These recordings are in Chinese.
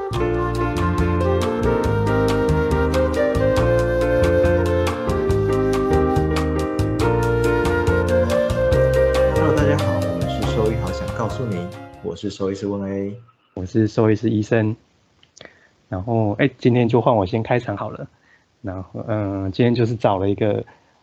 Hello，大家好，我们是兽医好想告诉你，我是兽医师温 A， 我是兽医师医生。然后，今天就换我先开场好了。然后，今天就是找了一个，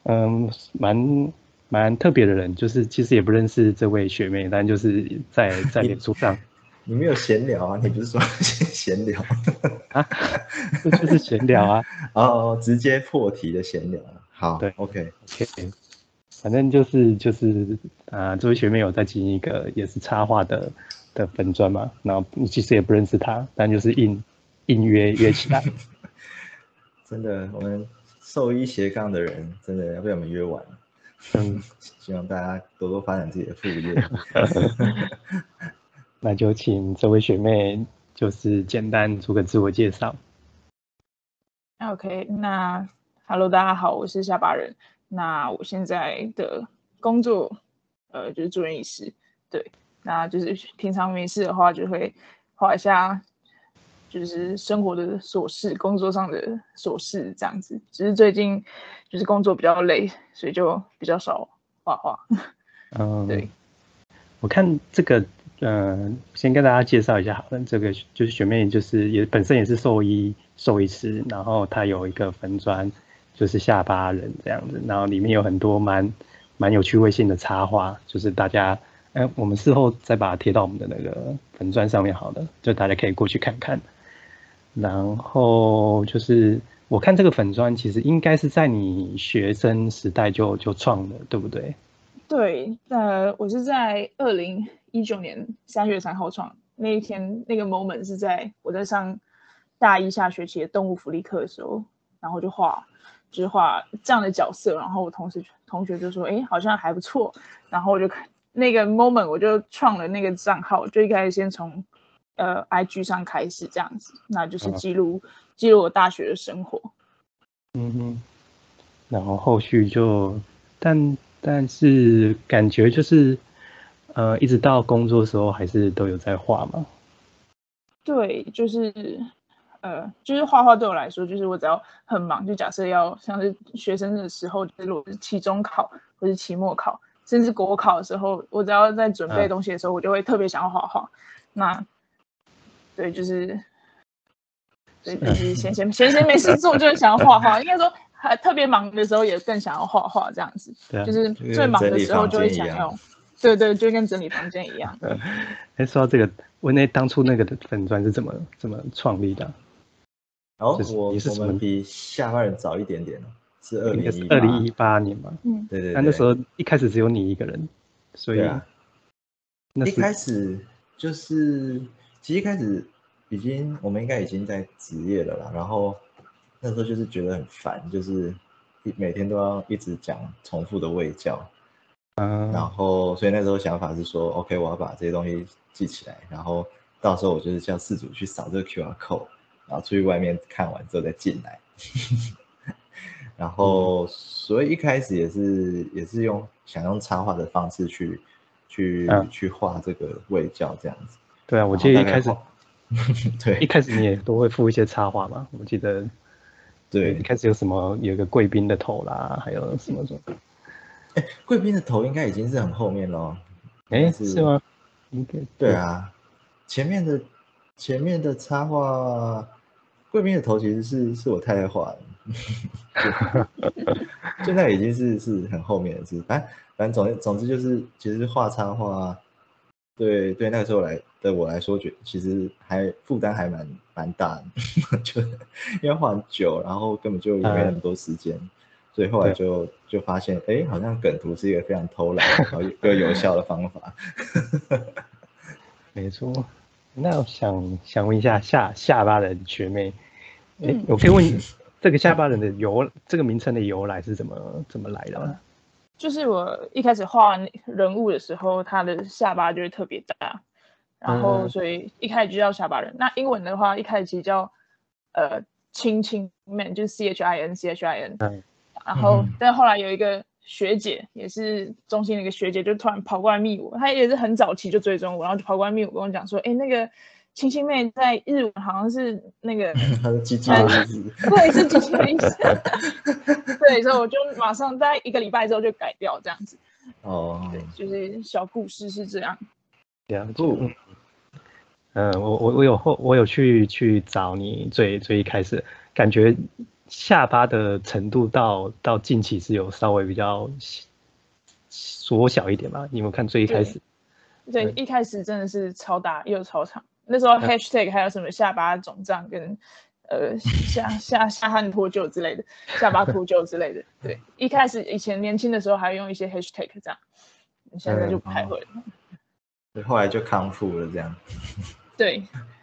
蛮特别的人，就是其实也不认识这位学妹，但就是在脸书上你没有闲聊啊？你不是说闲聊啊，这就是闲聊啊。 哦，直接破题的闲聊。好对 ，OK， ，OK，反正就是这位学妹有在经营一个也是插画的粉专嘛，然后你其实也不认识她，但就是硬约起来。 真的，我们兽医斜杠的人真的要被我们约完， 嗯， 希望大家多多发展自己的副业。 那就请这位学妹就是简单做个自我介绍。 OK，那 Hello，大家好，我是下巴人。那我现在的工作，就是住院医师。对，那就是平常没事的话，就会画一下，就是生活的琐事、工作上的琐事这样子。只是最近就是工作比较累，所以就比较少画画。对， 我看这个，先跟大家介绍一下好了。这个就是学妹，就是本身也是兽医师，然后她有一个粉专，就是下巴人这样子，然后里面有很多蛮有趣味性的插画，就是大家，我们事后再把它贴到我们的那个粉专上面好了，就大家可以过去看看。然后就是我看这个粉专，其实应该是在你学生时代就创的，对不对？ 对，我是在2019年3月3号创那一天，那个 moment 是在我在上大一下学期的动物福利课的时候，然后就是画这样的角色，然后我同学就说，好像还不错，然后我就看那个 moment 我就创了那个账号，就一开始先从IG 上开始这样子，那就是记录我大学的生活。 嗯哼，然后后续就，但是感觉就是，一直到工作的时候还是都有在画嘛。 对，就是画画对我来说，就是我只要很忙，就假设要像是学生的时候，就是如果是期中考或是期末考，甚至国考的时候，我只要在准备东西的时候，我就会特别想要画画。那对，就是闲没事做，就会想要画画。应该说，还特别忙的时候也更想要画画这样子。 对啊， 就是最忙的时候就会想要，对，就跟整理房间一样。 说到这个，那当初那个的粉专是怎么创立的？ 我们比下巴人早一点点，是 2018年嘛。 对。 那时候一开始只有你一个人，所以一开始就是，其实一开始我们应该已经在职业了啦。然后那时候就是觉得很烦，就是每天都要一直讲重复的卫教。然后所以那时候想法是说 ，OK， 我要把这些东西记起来，然后到时候我就是叫饲主去扫这个 QR code。然后出去外面看完之后再进来，然后所以一开始也是想用插画的方式去画这个卫教这样子。 对啊，我记得一开始对， 一开始你也都会附一些插画嘛，我记得。 对， 一开始有一个贵宾的头啦，还有什么。 贵宾的头应该已经是很后面咯。 是吗？ 对啊，前面的插画。贵宾的头其实是我太太画的，就那已经是很后面的事。反正总之就是，其实画插画，对那个时候我来说，其实负担还蛮大的，就因为画很久，然后根本就也没那么多时间，所以后来就发现，好像梗图是一个非常偷懒然后又有效的方法。 没错。那我想问一下下巴人学妹，我可以问这个下巴人的这个名称的由来是怎么来的吗？ 就是我一开始画人物的时候，他的下巴就会特别大，然后所以一开始就叫下巴人。那英文的话，一开始其实叫Chin Man， 就是 CHIN。然后但后来有一个学姐，也是中心的一个学姐，就突然跑过来密我，她也是很早期就追踪我，然后就跑过来密我，跟我讲说，那个亲亲妹在日文好像是那个他是鸡鸡的意思， 对，是鸡鸡的意思。对，所以我就马上在1个礼拜之后就改掉这样子。 哦， 对，就是小故事是这样。 了解。我有去找你最一开始，感觉下巴的程度到近期是有稍微比较缩小一点吧？你有没有看最一开始？ 对，一开始真的是超大又超长，那时候 hashtag 还有什么下巴肿胀跟下颌脱臼之类的，下巴脱臼之类的。对，一开始以前年轻的时候还用一些 hashtag 这样，现在就不太会了。 对，后来就康复了这样。 对。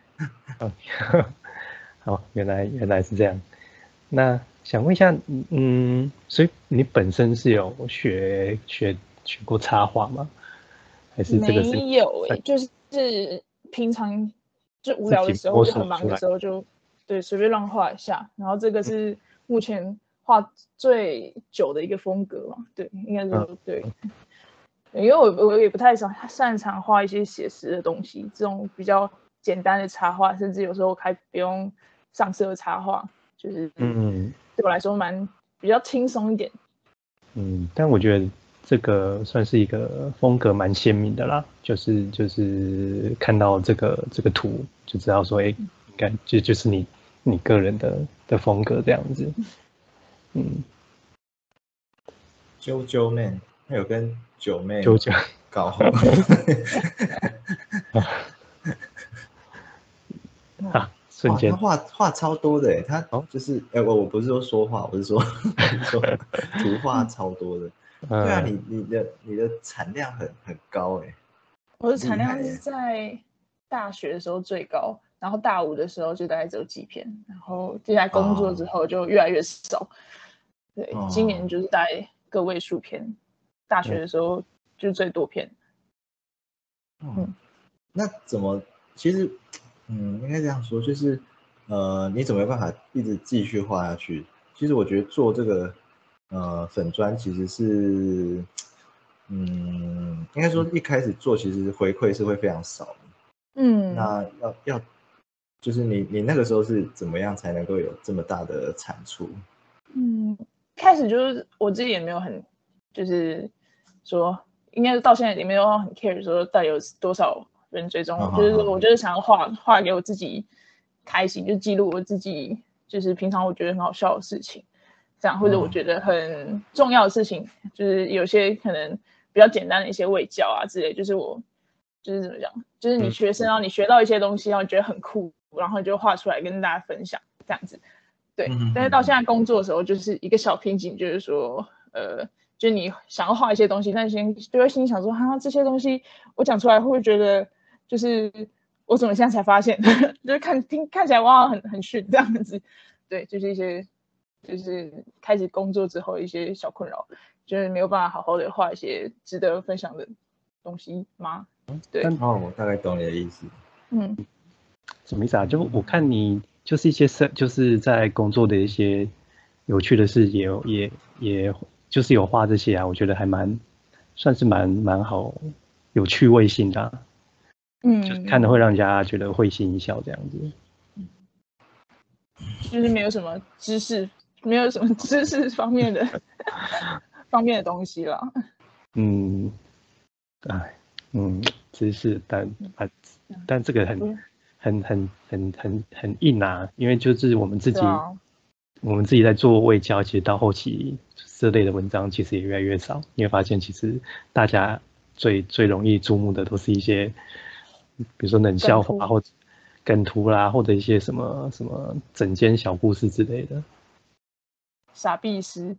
好，原来是这样。那想问一下，所以你本身是有学过插画吗？还是这个是没有就是平常就无聊的时候，就很忙的时候就对随便乱画一下。然后这个是目前画最久的一个风格嘛，对，应该说对。因为我也不太擅长画一些写实的东西，这种比较简单的插画，甚至有时候还不用上色插画，就是对我来说比较轻松一点。 但我觉得这个算是一个风格蛮鲜明的啦，就是看到这个图就知道说，应该就是你个人的风格这样子。 啾妹，他有跟九妹搞红。 瞬间他画超多的耶，他就是我不是说话，我是说图画超多的。对啊，你的产量很高哎。 我的产量是在大学的时候最高，然后大5的时候就大概只有几篇，然后接下来工作之后就越来越少。对，今年就是大概个位数篇，大学的时候就最多篇。 那怎么？其实，应该这样说，就是你怎么有办法一直继续画下去？其实我觉得做这个粉专其实是，应该说一开始做其实回馈是会非常少的。那要就是你那个时候是怎么样才能够有这么大的产出？ 开始就是我自己也没有很，就是说，应该是到现在也没有很 care 说到底有多少人追踪我，就是我就是想要画给我自己开心，就记录我自己就是平常我觉得很好笑的事情，这样或者我觉得很重要的事情，就是有些可能比较简单的一些卫教啊之类，就是我就是怎么讲，就是你学生然后你学到一些东西，然后觉得很酷，然后就画出来跟大家分享这样子。对，但是到现在工作的时候，就是一个小瓶颈，就是说，就是你想要画一些东西，但就会心想说，哈，这些东西我讲出来，会不会觉得就是我怎么现在才发现，就是看起来哇很逊这样子，对，就是一些就是开始工作之后一些小困扰，就是没有办法好好的画一些值得分享的东西吗？对， 我大概懂你的意思。 什么意思啊？就我看你就是一些就是在工作的一些有趣的事，也就是有画这些啊，我觉得还算是蛮好，有趣味性的啊。就是看的会让人家觉得会心一笑这样子。 就是没有什么知识方面的东西了。 知识，但这个很硬啊，因为就是我们自己在做卫教，其实到后期这类的文章其实也越来越少。你会发现，其实大家最容易注目的都是一些，比如说冷笑话或者梗图啦，或者一些什么整间小故事之类的。 傻逼师。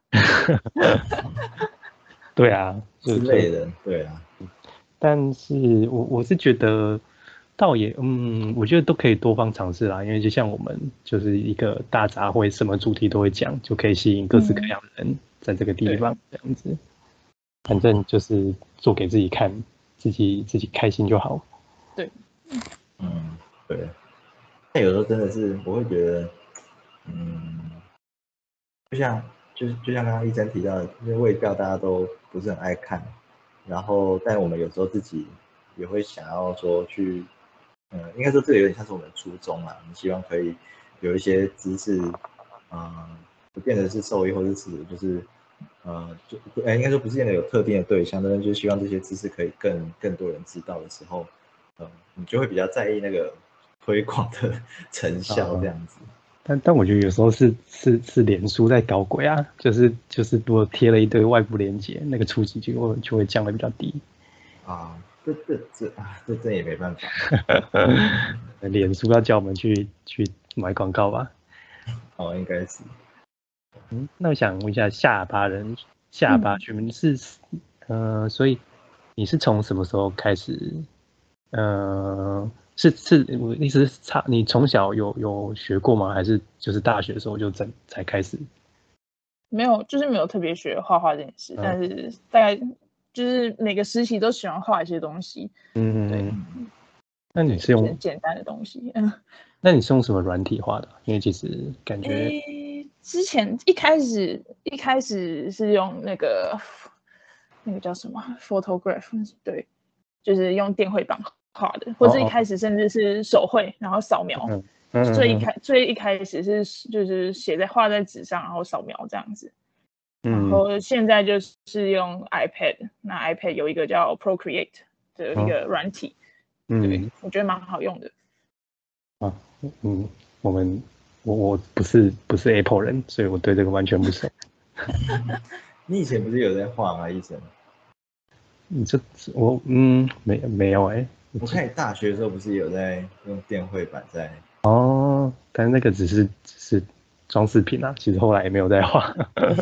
对啊， 之类的，对啊。 但是我是觉得，倒也我觉得都可以多方尝试啦，因为就像我们就是一个大杂烩，什么主题都会讲，就可以吸引各式各样的人在这个地方这样子。反正就是做给自己看，自己开心就好。 对， 对。但有时候真的是我会觉得，就像刚刚医生提到的，因为卫教大家都不是很爱看，然后但我们有时候自己也会想要说去应该说这个有点像是我们的初衷啦，我们希望可以有一些知识，不变得是兽医或是饲主，就是应该说不是变得有特定的对象，但是就希望这些知识可以更多人知道的时候，你就会比较在意那个推广的成效这样子。 但我觉得有时候是脸书在搞鬼啊，就是如果贴了一堆外部连结，那个触及就会降得比较低。 这也没办法。 脸书要叫我们去买广告吧？ 应该是。 那我想问一下下巴学名是所以你是从什么时候开始？我意思是你从小有学过吗？还是就是大学的时候就才开始？ 没有，就是没有特别学画画这件事，但是大概就是每个时期都喜欢画一些东西。对。 那你是用简单的东西？ 那你是用什么软体画的？因为其实感觉之前一开始是用那个叫什么 Photograph， 对，就是用电绘板画的，或者一开始甚至是手绘，然后扫描。最一开始是就是画在纸上，然后扫描这样子。然后现在就是用 iPad， 那 iPad 有一个叫 Procreate 的一个软体，对，我觉得蛮好用的。 我不是 Apple 人，所以我对这个完全不熟。 你以前不是有在画吗，医生？ 没有哎。 我看你大学的时候不是有在用电绘板在？ 但是那个只是装饰品啊，其实后来也没有在画。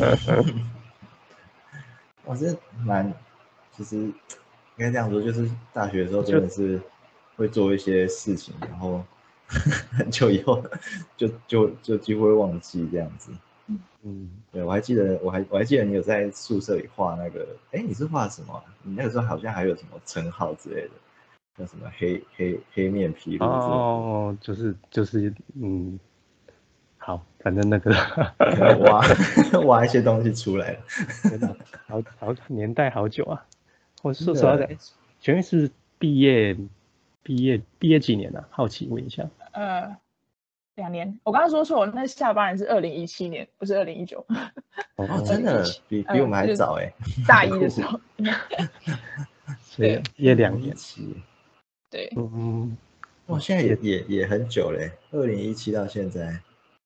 我是其实应该这样说，就是大学的时候真的是会做一些事情，然后很久以后就几乎会忘记这样子。对，我还记得你有在宿舍里画那个，你是画什么？你那个时候好像还有什么称号之类的，叫什么黑面琵鹭之类的。 就是好，反正那个可能挖一些东西出来了。 好年代好久啊！我说实话，学妹是毕业几年啊？好奇问一下。 2年，我刚刚说错，那下巴人是2017年，不是2019。 真的比我们还早哎。 大一的时候。 对，也2年。 对。 哇，现在也很久嘞，2017到现在。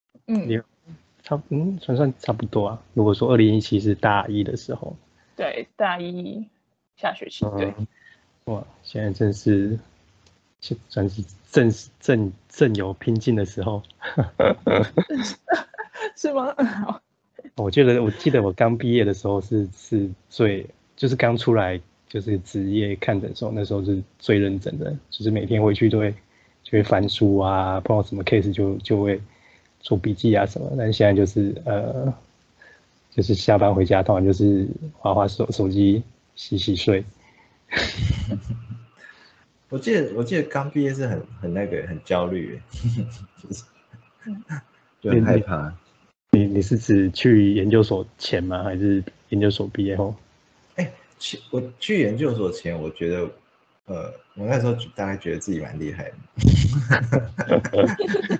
算差不多啊。如果说2017是大一的时候。 对，大一下学期。对。 哇，现在真是算是正有拼劲的时候。 是吗？ 我记得我刚毕业的时候是最就是刚出来就是职业看诊的时候，那时候是最认真的，就是每天回去就会翻书啊，不知道什么 case 就会做笔记啊什么。但是现在就是下班回家，通常就是滑手机，洗睡。 我记得刚毕业是很焦虑，就很害怕。 你是指去研究所前吗？还是研究所毕业后？ 我去研究所前，我觉得，我那时候大概觉得自己蛮厉害的。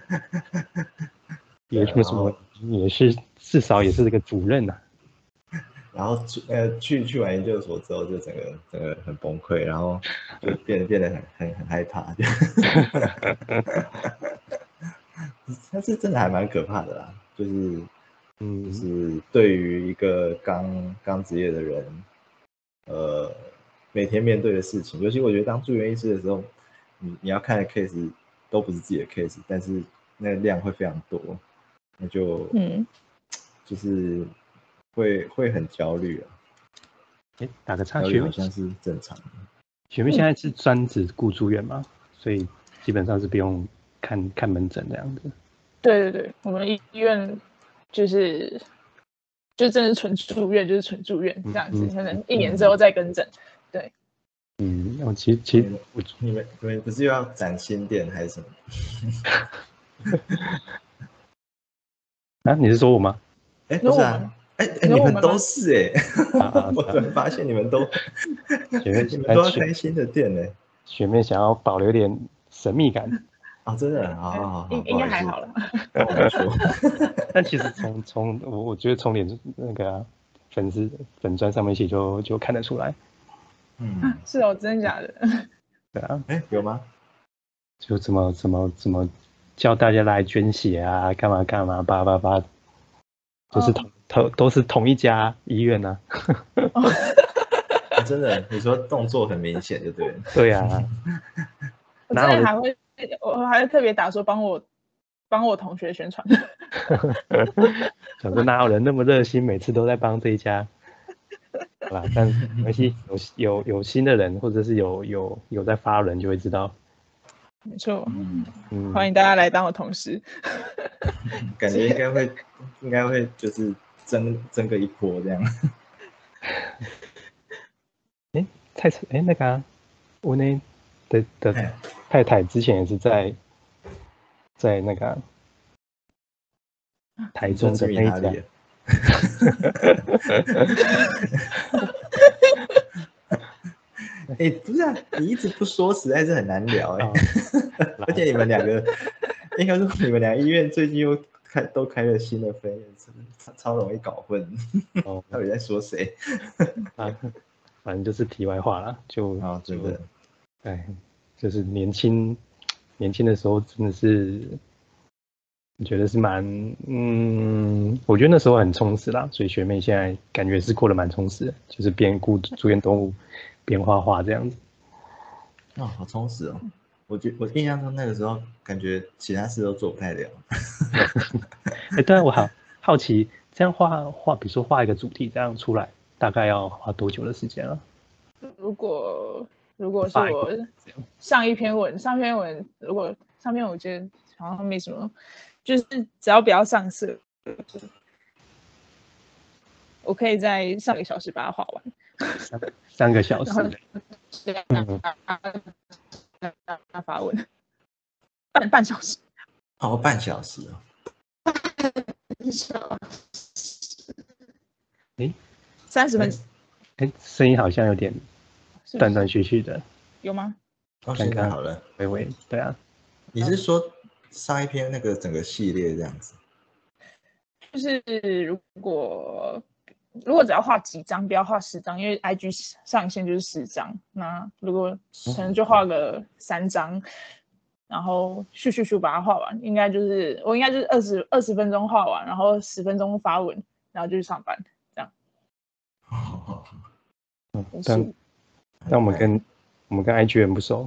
也为什么也是至少也是这个主任啊。 然后去完研究所之后，就整个很崩溃，然后就变得很害怕。但是真的还蛮可怕的啦，就是对于一个刚职业的人，每天面对的事情，尤其我觉得当住院医师的时候，你要看的 case 都不是自己的 case， 但是那个量会非常多，那就是会很焦虑啊。 打个岔，学妹好像是正常的。 学妹现在是专职顾住院嘛，所以基本上是不用看门诊这样子。 对，我们医院就真的是纯住院，就是纯住院这样子，可能1年之后再跟诊。对。 其实你们不是又要展新店还是什么？ 啊，你是说我吗？ 不是啊。你们都是我突然发现你们都要开新的店呢。 学妹想要保留点神秘感。 哦，真的，好， 应该还好了。 跟我们说， 但其实从我觉得从脸那个粉砖上面写就看得出来。 是哦，真的假的？ 对啊， 有吗？ 就怎么叫大家来捐血啊，干嘛干嘛，叭叭叭，就是都是同一家医院呢。 真的，你说动作很明显就对了。 对啊， 我之前我还会特别打说帮我同学宣传。 想说哪有人那么热心，每次都在帮这一家。好啦，但没关系，有新的人，或者是有在发人就会知道。 没错，欢迎大家来当我同事。 感觉应该会就是争个一波这样。 那个我那的太太之前也是在那个台中的那一家。 不是啊，你一直不说，实在是很难聊而且你们两个，应该说你们俩医院最近又都开了新的分院，超容易搞混。到底在说谁？ 反正就是题外话啦， 真的， 就是年轻的时候真的是，我觉得是我觉得那时候很充实啦，所以学妹现在感觉是过得蛮充实的，就是边顾住院动物，边画画这样子。 好充实哦！我印象中那个时候感觉其他事都做不太了。 对啊，我好奇，这样画，比如说画一个主题这样出来，大概要花多久的时间啊？ 如果是我上篇文，如果上篇我觉得好像没什么，就是只要不要上色，我可以在上个小时把它画完。 3个小时。 发文半小时。 半小时哦。 30分。 声音好像有点断断续续的。 有吗？ 现在好了。 喂，对啊。 你是说上一篇那个整个系列这样子？ 就是如果只要画几张，不要画10张，因为 IG 上限就是10张。那如果可能就画个3张，然后咻把它画完，我应该就是20分钟画完，然后10分钟发文，然后就去上班，这样。 但我们跟 IG 人不熟。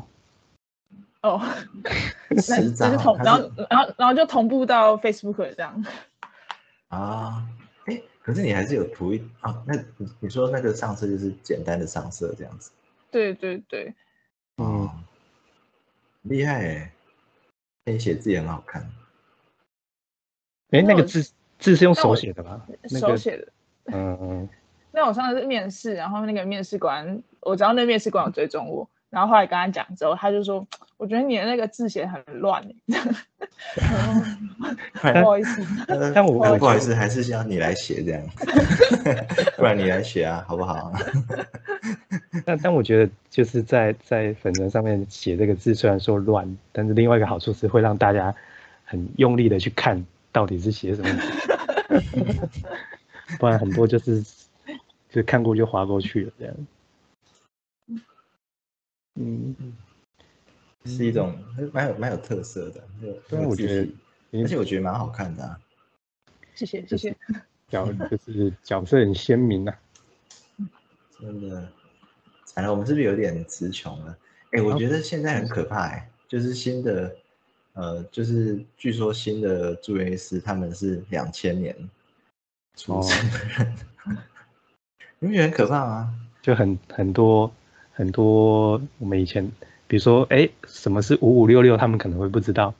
10张， 然后就同步到 Facebook 这样。 可是你还是有涂那你说那个上色就是简单的上色这样子？ 对。 厉害耶！你写字也很好看。 那个字是用手写的吧？ 手写的。那我上次是面试，然后那个面试官，我知道那面试官有追踪我，然后后来跟他讲之后，他就说，我觉得你的那个字写很乱。不好意思， 但我不好意思，还是要你来写这样，不然你来写啊，好不好？ 但我觉得就是在粉砖上面写这个字，虽然说乱，但是另外一个好处是会让大家很用力的去看到底是写什么字，不然很多就看过就划过去了这样。 是一种蛮有特色的， 对，我觉得， 而且我觉得蛮好看的啊。 谢谢。 就是角色很鲜明啊。 真的，惨了，我们是不是有点词穷了？我觉得现在很可怕就是新的，就是据说新的住院医师他们是2000年出生的人，你不觉得很可怕吗？ 就很多我们以前，比如说什么是5566，他们可能会不知道。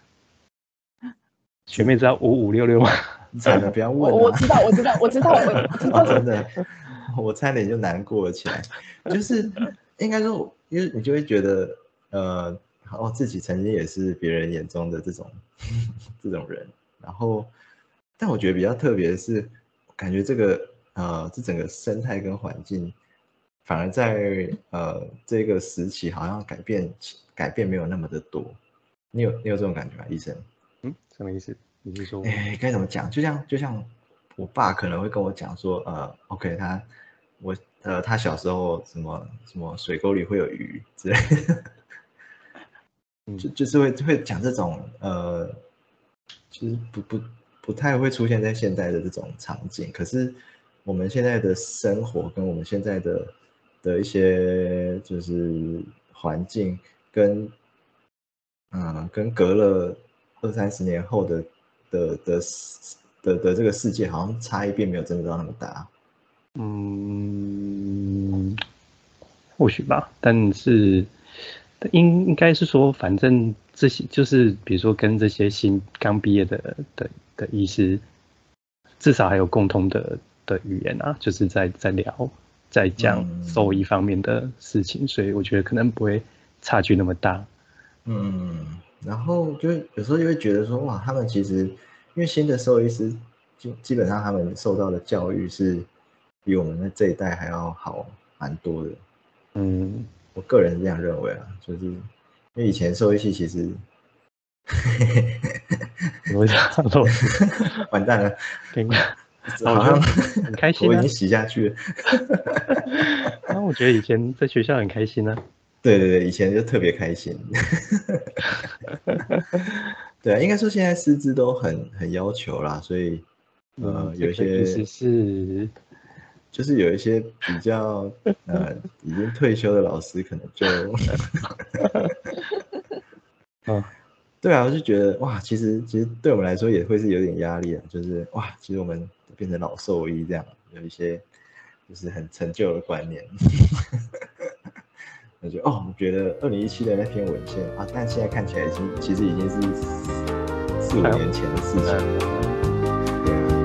学妹知道5566吗？ 惨了，不要问。 我知道。 真的，我差点就难过了起来。就是应该说，因为你就会觉得，自己曾经也是别人眼中的这种人。然后，但我觉得比较特别的是，感觉这整个生态跟环境反而在这个时期好像改变没有那么的多。你有这种感觉吗，医生？ 什么意思？你是说？ 该怎么讲？就像我爸可能会跟我讲说，OK，他小时候什么水沟里会有鱼之类的，就是会讲这种就是不太会出现在现在的这种场景。可是我们现在的生活跟我们现在的一些就是环境跟隔了20-30年后的这个世界好像差异并没有真的到那么大。 或许吧，但是应该是说，反正这些就是比如说跟这些新刚毕业的医师，至少还有共同的语言啊，就是在聊在讲兽医方面的事情，所以我觉得可能不会差距那么大。 然后就有时候就会觉得说，哇，他们其实因为新的兽医师基本上他们受到的教育是比我们的这一代还要好蛮多的。我个人是这样认为啊，就是因为以前兽医系其实我想说完蛋了， 好像很开心， 我已经洗下去了。 那我觉得以前在学校很开心啊。 对，以前就特别开心。对啊，应该说现在师资都很要求啦，所以有一些意思是就是有一些比较已经退休的老师可能就对啊，我就觉得哇，其实对我们来说也会是有点压力啊，就是哇，其实我们变成老兽医这样，有一些就是很陈旧的观念。我觉得2017的那篇文献啊，但现在看起来其实已经是4-5年前的事情了。对啊。